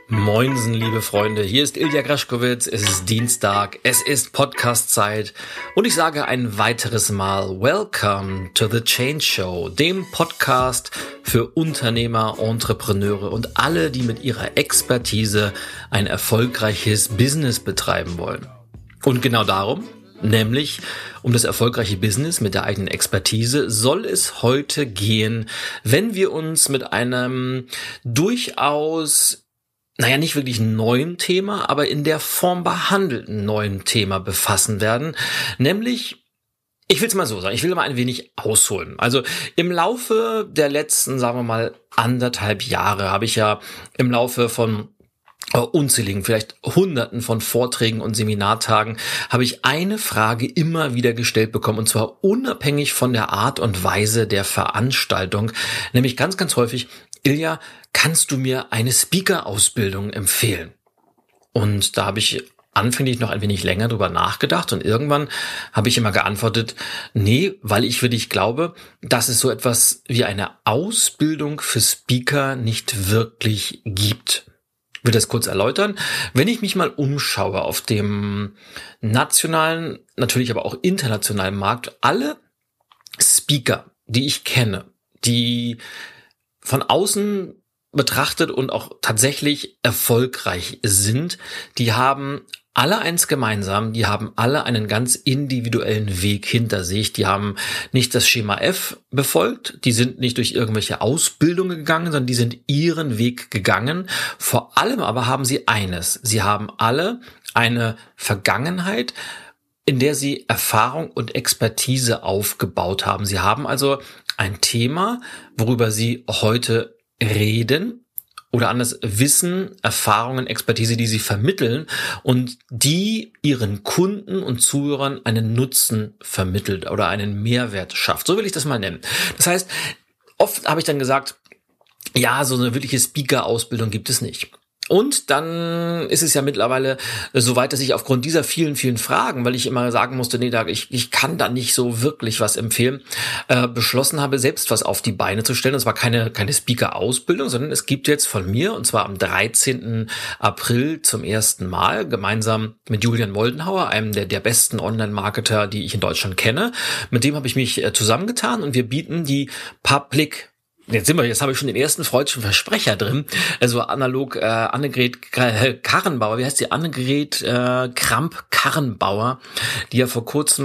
Moinsen, liebe Freunde, hier ist Ilja Graschkowitz, es ist Dienstag, es ist Podcast-Zeit und ich sage ein weiteres Mal Welcome to the Change Show, dem Podcast für Unternehmer, Entrepreneure und alle, die mit ihrer Expertise ein erfolgreiches Business betreiben wollen. Und genau darum, nämlich um das erfolgreiche Business mit der eigenen Expertise, soll es heute gehen, wenn wir uns mit einem durchaus nicht wirklich neuen Thema, aber in der Form behandelten neuen Thema befassen werden, nämlich, ich will es mal so sagen, ich will mal ein wenig ausholen. Also im Laufe der letzten, sagen wir mal, 1,5 Jahre habe ich ja im Laufe von unzähligen, vielleicht Hunderten von Vorträgen und Seminartagen habe ich eine Frage immer wieder gestellt bekommen, und zwar unabhängig von der Art und Weise der Veranstaltung, nämlich ganz, ganz häufig: Ilja, kannst du mir eine Speaker-Ausbildung empfehlen? Und da habe ich anfänglich noch ein wenig länger drüber nachgedacht und irgendwann habe ich immer geantwortet, nee, weil ich wirklich glaube, dass es so etwas wie eine Ausbildung für Speaker nicht wirklich gibt. Ich will das kurz erläutern. Wenn ich mich mal umschaue auf dem nationalen, natürlich aber auch internationalen Markt, alle Speaker, die ich kenne, die von außen betrachtet und auch tatsächlich erfolgreich sind, die haben alle eins gemeinsam, die haben alle einen ganz individuellen Weg hinter sich, die haben nicht das Schema F befolgt, die sind nicht durch irgendwelche Ausbildungen gegangen, sondern die sind ihren Weg gegangen. Vor allem aber haben sie eines: Sie haben alle eine Vergangenheit, in der sie Erfahrung und Expertise aufgebaut haben. Sie haben also ein Thema, worüber sie heute reden, oder anders Wissen, Erfahrungen, Expertise, die sie vermitteln und die ihren Kunden und Zuhörern einen Nutzen vermittelt oder einen Mehrwert schafft. So will ich das mal nennen. Das heißt, oft habe ich dann gesagt, ja, so eine wirkliche Speaker-Ausbildung gibt es nicht. Und dann ist es ja mittlerweile so weit, dass ich aufgrund dieser vielen, vielen Fragen, weil ich immer sagen musste, nee, ich kann da nicht so wirklich was empfehlen, beschlossen habe, selbst was auf die Beine zu stellen. Und zwar keine Speaker-Ausbildung, sondern es gibt jetzt von mir, und zwar am 13. April zum ersten Mal, gemeinsam mit Julian Moldenhauer, einem der besten Online-Marketer, die ich in Deutschland kenne. Mit dem habe ich mich zusammengetan und wir bieten die Jetzt habe ich schon den ersten freudschen Versprecher drin. Also analog Annegret Karrenbauer, wie heißt die? Annegret Kramp-Karrenbauer, die ja vor kurzem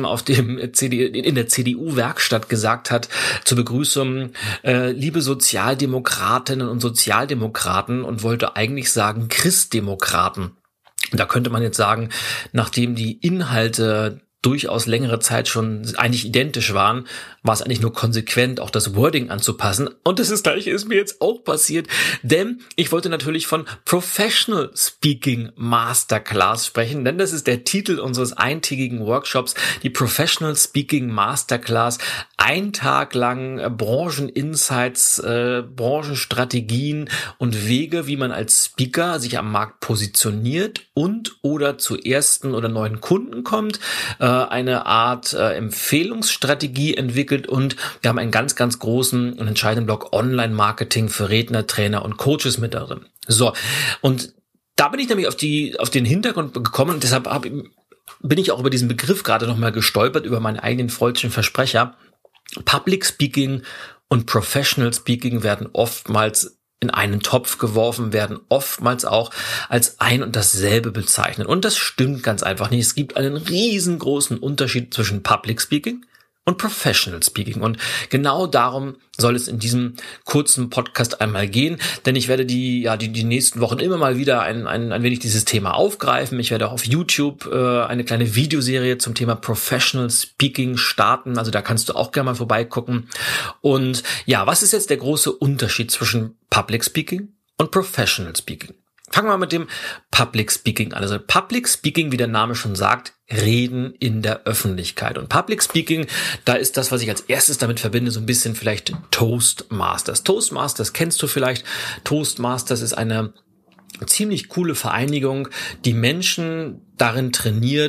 in der CDU-Werkstatt gesagt hat, zur Begrüßung, liebe Sozialdemokratinnen und Sozialdemokraten, und wollte eigentlich sagen Christdemokraten. Da könnte man jetzt sagen, nachdem die Inhalte durchaus längere Zeit schon eigentlich identisch waren, war es eigentlich nur konsequent, auch das Wording anzupassen. Und das Gleiche ist mir jetzt auch passiert, denn ich wollte natürlich von Professional Speaking Masterclass sprechen, denn das ist der Titel unseres eintägigen Workshops, die Professional Speaking Masterclass. 1 Tag lang Brancheninsights, Branchenstrategien und Wege, wie man als Speaker sich am Markt positioniert und oder zu ersten oder neuen Kunden kommt, eine Art Empfehlungsstrategie entwickelt, und wir haben einen ganz, ganz großen und entscheidenden Block Online-Marketing für Redner, Trainer und Coaches mit darin. So, und da bin ich nämlich auf den Hintergrund gekommen, und deshalb bin ich auch über diesen Begriff gerade nochmal gestolpert, über meinen eigenen freudschen Versprecher. Public Speaking und Professional Speaking werden oftmals in einen Topf geworfen, werden oftmals auch als ein und dasselbe bezeichnet. Und das stimmt ganz einfach nicht. Es gibt einen riesengroßen Unterschied zwischen Public Speaking und Professional Speaking. Und genau darum soll es in diesem kurzen Podcast einmal gehen, denn ich werde die nächsten Wochen immer mal wieder ein wenig dieses Thema aufgreifen. Ich werde auch auf YouTube eine kleine Videoserie zum Thema Professional Speaking starten. Also da kannst du auch gerne mal vorbeigucken. Und ja, was ist jetzt der große Unterschied zwischen Public Speaking und Professional Speaking? Fangen wir mal mit dem Public Speaking an. Also Public Speaking, wie der Name schon sagt, Reden in der Öffentlichkeit. Und Public Speaking, da ist das, was ich als erstes damit verbinde, so ein bisschen vielleicht Toastmasters. Toastmasters kennst du vielleicht. Toastmasters ist eine ziemlich coole Vereinigung, die Menschen darin trainiert,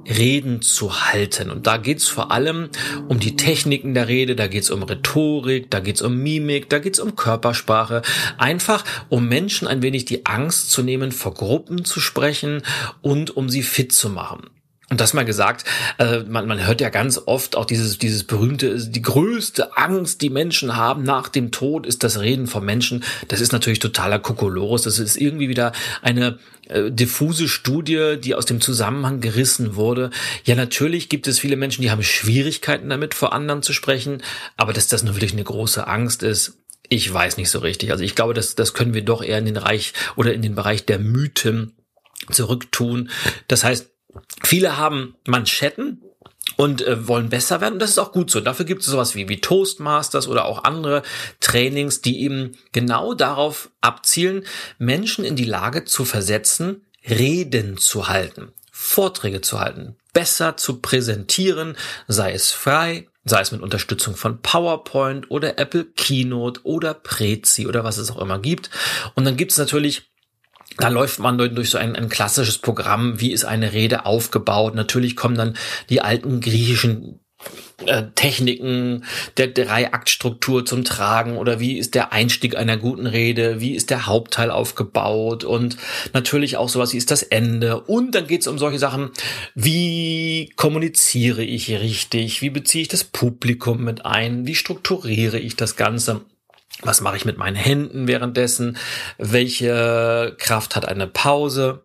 Reden zu halten. Und da geht's vor allem um die Techniken der Rede, da geht's um Rhetorik, da geht's um Mimik, da geht's um Körpersprache. Einfach, um Menschen ein wenig die Angst zu nehmen, vor Gruppen zu sprechen und um sie fit zu machen. Und das mal gesagt, man hört ja ganz oft auch dieses berühmte, die größte Angst, die Menschen haben nach dem Tod, ist das Reden von Menschen. Das ist natürlich totaler Kokolores. Das ist irgendwie wieder eine diffuse Studie, die aus dem Zusammenhang gerissen wurde. Ja, natürlich gibt es viele Menschen, die haben Schwierigkeiten damit, vor anderen zu sprechen. Aber dass das nur wirklich eine große Angst ist, ich weiß nicht so richtig. Also ich glaube, das können wir doch eher in den Bereich der Mythen zurücktun. Das heißt, viele haben Manschetten und wollen besser werden. Und das ist auch gut so. Dafür gibt es sowas wie Toastmasters oder auch andere Trainings, die eben genau darauf abzielen, Menschen in die Lage zu versetzen, Reden zu halten, Vorträge zu halten, besser zu präsentieren, sei es frei, sei es mit Unterstützung von PowerPoint oder Apple Keynote oder Prezi oder was es auch immer gibt. Und dann gibt es natürlich, da läuft man durch so ein klassisches Programm, wie ist eine Rede aufgebaut. Natürlich kommen dann die alten griechischen Techniken der Dreiaktstruktur zum Tragen oder wie ist der Einstieg einer guten Rede, wie ist der Hauptteil aufgebaut und natürlich auch sowas, wie ist das Ende. Und dann geht es um solche Sachen, wie kommuniziere ich richtig, wie beziehe ich das Publikum mit ein, wie strukturiere ich das Ganze. Was mache ich mit meinen Händen währenddessen? Welche Kraft hat eine Pause?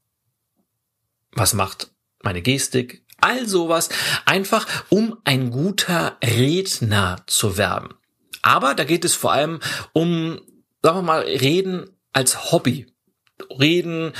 Was macht meine Gestik? All sowas, einfach um ein guter Redner zu werden. Aber da geht es vor allem um, sagen wir mal, Reden als Hobby. Reden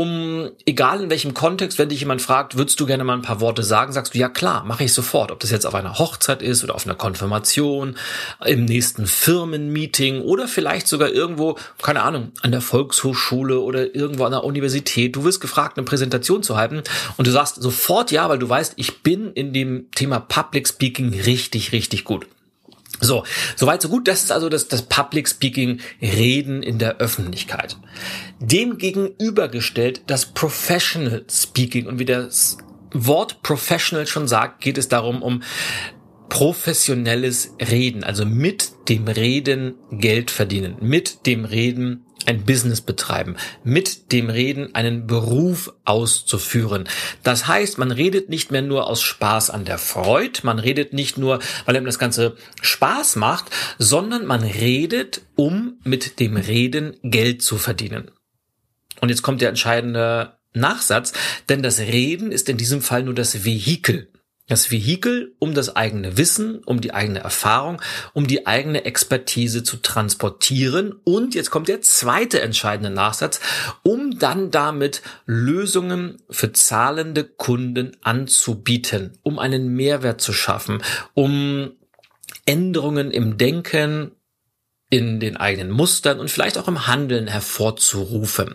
egal in welchem Kontext, wenn dich jemand fragt, würdest du gerne mal ein paar Worte sagen, sagst du, ja klar, mache ich sofort. Ob das jetzt auf einer Hochzeit ist oder auf einer Konfirmation, im nächsten Firmenmeeting oder vielleicht sogar irgendwo, keine Ahnung, an der Volkshochschule oder irgendwo an der Universität. Du wirst gefragt, eine Präsentation zu halten und du sagst sofort ja, weil du weißt, ich bin in dem Thema Public Speaking richtig, richtig gut. So, soweit so gut. Das ist also das Public Speaking, Reden in der Öffentlichkeit. Dem gegenübergestellt das Professional Speaking. Und wie das Wort Professional schon sagt, geht es darum, um professionelles Reden. Also mit dem Reden Geld verdienen, mit dem Reden ein Business betreiben, mit dem Reden einen Beruf auszuführen. Das heißt, man redet nicht mehr nur aus Spaß an der Freude, man redet nicht nur, weil einem das Ganze Spaß macht, sondern man redet, um mit dem Reden Geld zu verdienen. Und jetzt kommt der entscheidende Nachsatz, denn das Reden ist in diesem Fall nur das Vehikel. Das Vehikel, um das eigene Wissen, um die eigene Erfahrung, um die eigene Expertise zu transportieren. Und jetzt kommt der zweite entscheidende Nachsatz, um dann damit Lösungen für zahlende Kunden anzubieten, um einen Mehrwert zu schaffen, um Änderungen im Denken, in den eigenen Mustern und vielleicht auch im Handeln hervorzurufen.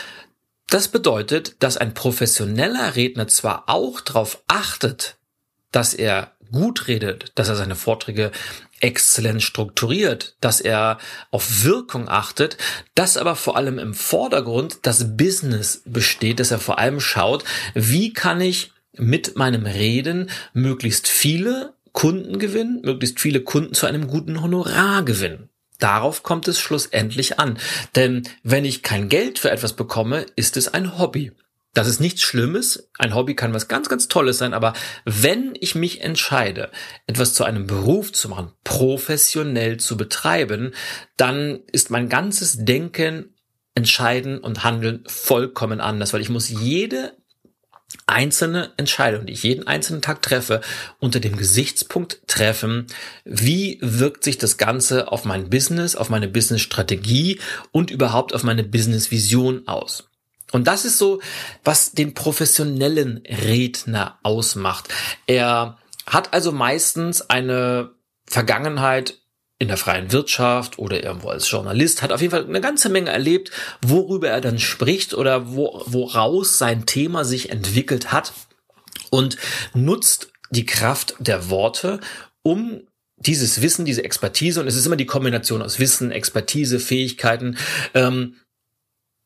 Das bedeutet, dass ein professioneller Redner zwar auch darauf achtet, dass er gut redet, dass er seine Vorträge exzellent strukturiert, dass er auf Wirkung achtet, dass aber vor allem im Vordergrund das Business besteht, dass er vor allem schaut, wie kann ich mit meinem Reden möglichst viele Kunden gewinnen, möglichst viele Kunden zu einem guten Honorar gewinnen. Darauf kommt es schlussendlich an. Denn wenn ich kein Geld für etwas bekomme, ist es ein Hobby. Das ist nichts Schlimmes. Ein Hobby kann was ganz, ganz Tolles sein. Aber wenn ich mich entscheide, etwas zu einem Beruf zu machen, professionell zu betreiben, dann ist mein ganzes Denken, Entscheiden und Handeln vollkommen anders. Weil ich muss jede einzelne Entscheidung, die ich jeden einzelnen Tag treffe, unter dem Gesichtspunkt treffen, wie wirkt sich das Ganze auf mein Business, auf meine Business-Strategie und überhaupt auf meine Business-Vision aus. Und das ist so, was den professionellen Redner ausmacht. Er hat also meistens eine Vergangenheit in der freien Wirtschaft oder irgendwo als Journalist, hat auf jeden Fall eine ganze Menge erlebt, worüber er dann spricht oder woraus sein Thema sich entwickelt hat und nutzt die Kraft der Worte, um dieses Wissen, diese Expertise, und es ist immer die Kombination aus Wissen, Expertise, Fähigkeiten,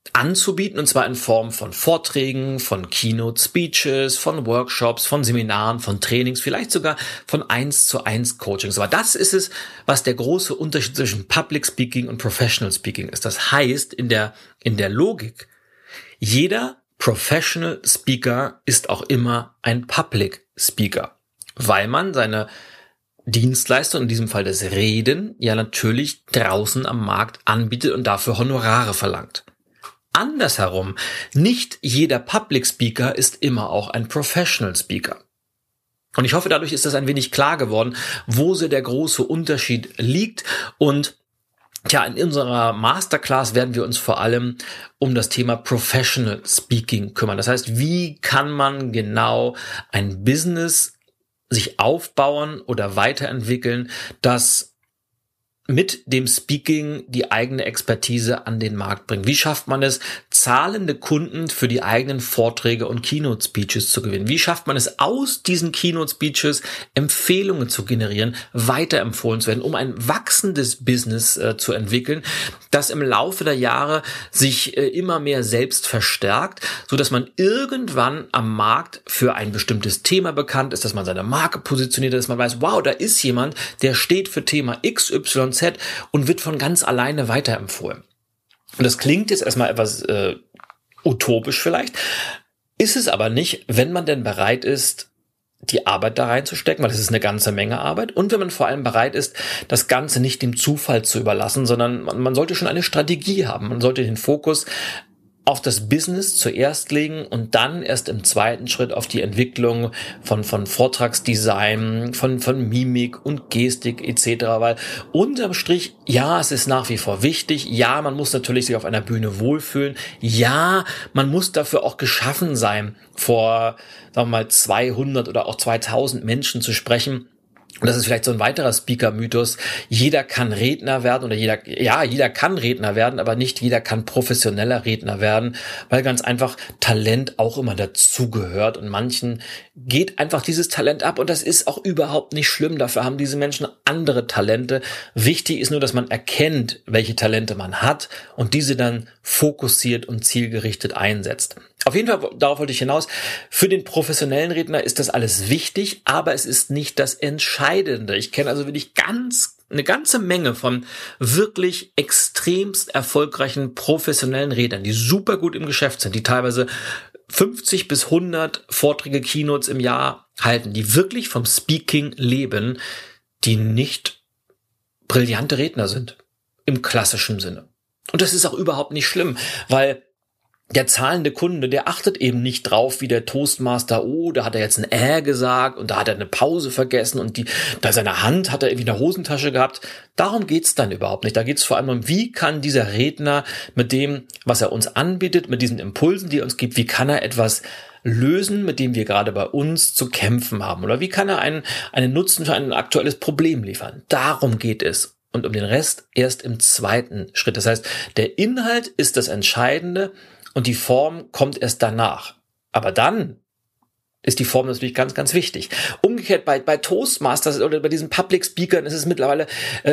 anzubieten, und zwar in Form von Vorträgen, von Keynote Speeches, von Workshops, von Seminaren, von Trainings, vielleicht sogar von 1:1 Coachings. Aber das ist es, was der große Unterschied zwischen Public Speaking und Professional Speaking ist. Das heißt, in der Logik, jeder Professional Speaker ist auch immer ein Public Speaker, weil man seine Dienstleistung, in diesem Fall das Reden, ja natürlich draußen am Markt anbietet und dafür Honorare verlangt. Andersherum, nicht jeder Public Speaker ist immer auch ein Professional Speaker. Und ich hoffe, dadurch ist das ein wenig klar geworden, wo so der große Unterschied liegt. Und in unserer Masterclass werden wir uns vor allem um das Thema Professional Speaking kümmern. Das heißt, wie kann man genau ein Business sich aufbauen oder weiterentwickeln, das mit dem Speaking die eigene Expertise an den Markt bringt. Wie schafft man es, zahlende Kunden für die eigenen Vorträge und Keynote-Speeches zu gewinnen? Wie schafft man es, aus diesen Keynote-Speeches Empfehlungen zu generieren, weiterempfohlen zu werden, um ein wachsendes Business zu entwickeln, das im Laufe der Jahre sich immer mehr selbst verstärkt, so dass man irgendwann am Markt für ein bestimmtes Thema bekannt ist, dass man seine Marke positioniert, dass man weiß, wow, da ist jemand, der steht für Thema XYZ und wird von ganz alleine weiterempfohlen. Und das klingt jetzt erstmal etwas utopisch vielleicht, ist es aber nicht, wenn man denn bereit ist, die Arbeit da reinzustecken, weil das ist eine ganze Menge Arbeit, und wenn man vor allem bereit ist, das Ganze nicht dem Zufall zu überlassen, sondern man sollte schon eine Strategie haben. Man sollte den Fokus auf das Business zuerst legen und dann erst im zweiten Schritt auf die Entwicklung von Vortragsdesign, von Mimik und Gestik etc. Weil unterm Strich, ja, es ist nach wie vor wichtig, ja, man muss natürlich sich auf einer Bühne wohlfühlen, ja, man muss dafür auch geschaffen sein, vor, sagen wir mal, 200 oder auch 2000 Menschen zu sprechen. Und das ist vielleicht so ein weiterer Speaker-Mythos. Jeder kann Redner werden oder jeder kann Redner werden, aber nicht jeder kann professioneller Redner werden, weil ganz einfach Talent auch immer dazugehört und manchen geht einfach dieses Talent ab und das ist auch überhaupt nicht schlimm. Dafür haben diese Menschen andere Talente. Wichtig ist nur, dass man erkennt, welche Talente man hat und diese dann fokussiert und zielgerichtet einsetzt. Auf jeden Fall, darauf wollte ich hinaus, für den professionellen Redner ist das alles wichtig, aber es ist nicht das Entscheidende. Ich kenne also wirklich eine ganze Menge von wirklich extremst erfolgreichen professionellen Rednern, die super gut im Geschäft sind, die teilweise 50 bis 100 Vorträge, Keynotes im Jahr halten, die wirklich vom Speaking leben, die nicht brillante Redner sind, im klassischen Sinne. Und das ist auch überhaupt nicht schlimm, weil der zahlende Kunde, der achtet eben nicht drauf, wie der Toastmaster, da hat er jetzt ein gesagt und da hat er eine Pause vergessen und da seine Hand hat er irgendwie in der Hosentasche gehabt. Darum geht's dann überhaupt nicht. Da geht's vor allem um, wie kann dieser Redner mit dem, was er uns anbietet, mit diesen Impulsen, die er uns gibt, wie kann er etwas lösen, mit dem wir gerade bei uns zu kämpfen haben? Oder wie kann er einen Nutzen für ein aktuelles Problem liefern? Darum geht es. Und um den Rest erst im zweiten Schritt. Das heißt, der Inhalt ist das Entscheidende, und die Form kommt erst danach. Aber dann ist die Form natürlich ganz, ganz wichtig. Umgekehrt bei Toastmasters oder bei diesen Public Speakern ist es mittlerweile,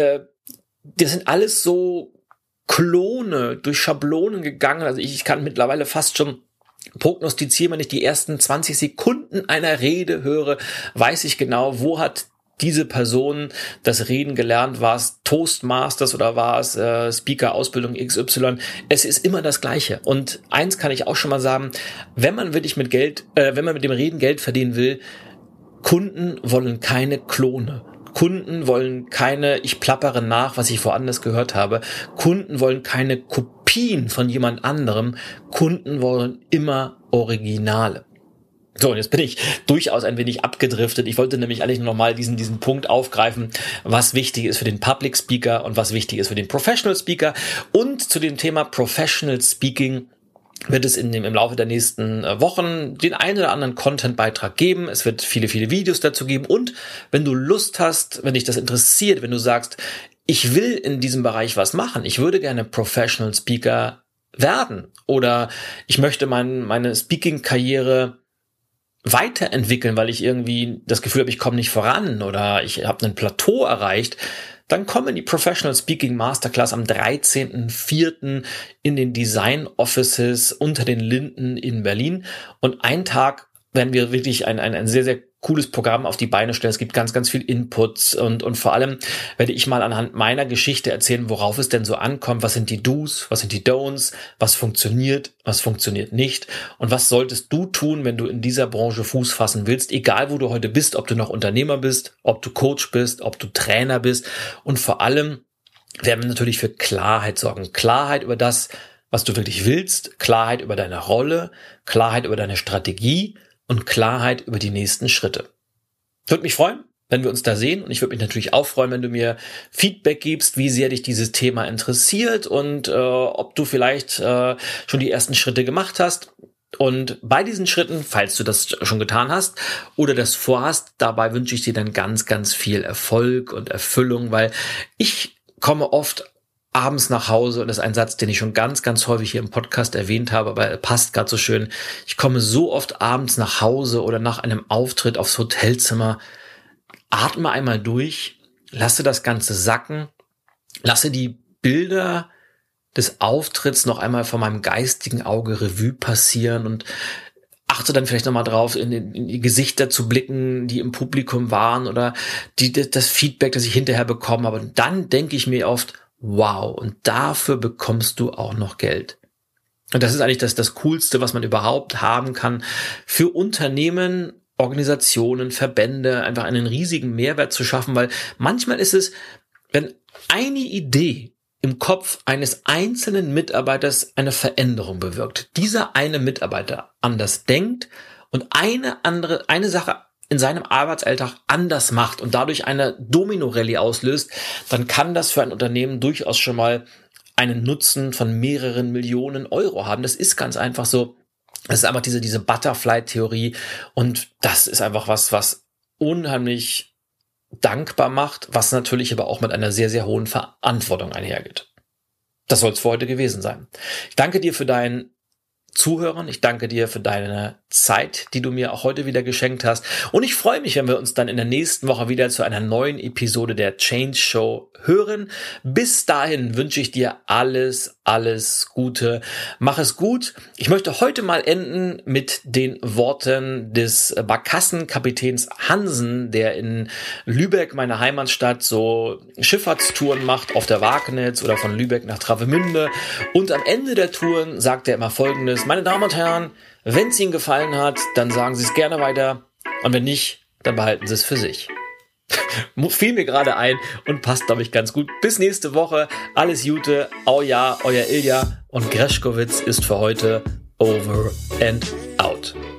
das sind alles so Klone durch Schablonen gegangen. Also ich kann mittlerweile fast schon prognostizieren, wenn ich die ersten 20 Sekunden einer Rede höre, weiß ich genau, wo hat diese Person das Reden gelernt, war es Toastmasters oder war es Speaker-Ausbildung XY, es ist immer das Gleiche. Und eins kann ich auch schon mal sagen, wenn man wirklich mit dem Reden Geld verdienen will, Kunden wollen keine Klone. Kunden wollen keine, ich plappere nach, was ich woanders gehört habe. Kunden wollen keine Kopien von jemand anderem. Kunden wollen immer Originale. So, und jetzt bin ich durchaus ein wenig abgedriftet. Ich wollte nämlich eigentlich nur noch mal diesen Punkt aufgreifen, was wichtig ist für den Public Speaker und was wichtig ist für den Professional Speaker. Und zu dem Thema Professional Speaking wird es im Laufe der nächsten Wochen den einen oder anderen Content-Beitrag geben. Es wird viele, viele Videos dazu geben. Und wenn du Lust hast, wenn dich das interessiert, wenn du sagst, ich will in diesem Bereich was machen, ich würde gerne Professional Speaker werden oder ich möchte meine Speaking-Karriere weiterentwickeln, weil ich irgendwie das Gefühl habe, ich komme nicht voran oder ich habe ein Plateau erreicht, dann komm in die Professional Speaking Masterclass am 13.04. in den Design Offices unter den Linden in Berlin. Und einen Tag werden wir wirklich ein sehr, sehr cooles Programm auf die Beine stellen. Es gibt ganz, ganz viel Inputs und vor allem werde ich mal anhand meiner Geschichte erzählen, worauf es denn so ankommt. Was sind die Do's, was sind die Don'ts, was funktioniert nicht und was solltest du tun, wenn du in dieser Branche Fuß fassen willst, egal wo du heute bist, ob du noch Unternehmer bist, ob du Coach bist, ob du Trainer bist und vor allem werden wir natürlich für Klarheit sorgen. Klarheit über das, was du wirklich willst, Klarheit über deine Rolle, Klarheit über deine Strategie und Klarheit über die nächsten Schritte. Ich würde mich freuen, wenn wir uns da sehen und ich würde mich natürlich auch freuen, wenn du mir Feedback gibst, wie sehr dich dieses Thema interessiert und ob du vielleicht schon die ersten Schritte gemacht hast. Und bei diesen Schritten, falls du das schon getan hast oder das vorhast, dabei wünsche ich dir dann ganz, ganz viel Erfolg und Erfüllung, weil ich komme oft abends nach Hause, und das ist ein Satz, den ich schon ganz, ganz häufig hier im Podcast erwähnt habe, aber er passt gerade so schön. Ich komme so oft abends nach Hause oder nach einem Auftritt aufs Hotelzimmer, atme einmal durch, lasse das Ganze sacken, lasse die Bilder des Auftritts noch einmal vor meinem geistigen Auge Revue passieren und achte dann vielleicht nochmal drauf, in die Gesichter zu blicken, die im Publikum waren oder das Feedback, das ich hinterher bekommen habe. Und dann denke ich mir oft, wow, und dafür bekommst du auch noch Geld. Und das ist eigentlich das Coolste, was man überhaupt haben kann für Unternehmen, Organisationen, Verbände, einfach einen riesigen Mehrwert zu schaffen, weil manchmal ist es, wenn eine Idee im Kopf eines einzelnen Mitarbeiters eine Veränderung bewirkt, dieser eine Mitarbeiter anders denkt und eine Sache in seinem Arbeitsalltag anders macht und dadurch eine Domino-Rallye auslöst, dann kann das für ein Unternehmen durchaus schon mal einen Nutzen von mehreren Millionen Euro haben. Das ist ganz einfach so. Das ist einfach diese Butterfly-Theorie und das ist einfach was unheimlich dankbar macht, was natürlich aber auch mit einer sehr, sehr hohen Verantwortung einhergeht. Das soll es für heute gewesen sein. Ich danke dir für dein Zuhören. Ich danke dir für deine Zeit, die du mir auch heute wieder geschenkt hast. Und ich freue mich, wenn wir uns dann in der nächsten Woche wieder zu einer neuen Episode der Change Show hören. Bis dahin wünsche ich dir alles Gute. Mach es gut. Ich möchte heute mal enden mit den Worten des Barkassenkapitäns Hansen, der in Lübeck, meiner Heimatstadt, so Schifffahrtstouren macht auf der Wagnitz oder von Lübeck nach Travemünde. Und am Ende der Touren sagt er immer Folgendes: Meine Damen und Herren, wenn es Ihnen gefallen hat, dann sagen Sie es gerne weiter. Und wenn nicht, dann behalten Sie es für sich. Fiel mir gerade ein und passt, glaube ich, ganz gut. Bis nächste Woche. Alles Gute. Au ja, euer Ilja. Und Greschkowitz ist für heute over and out.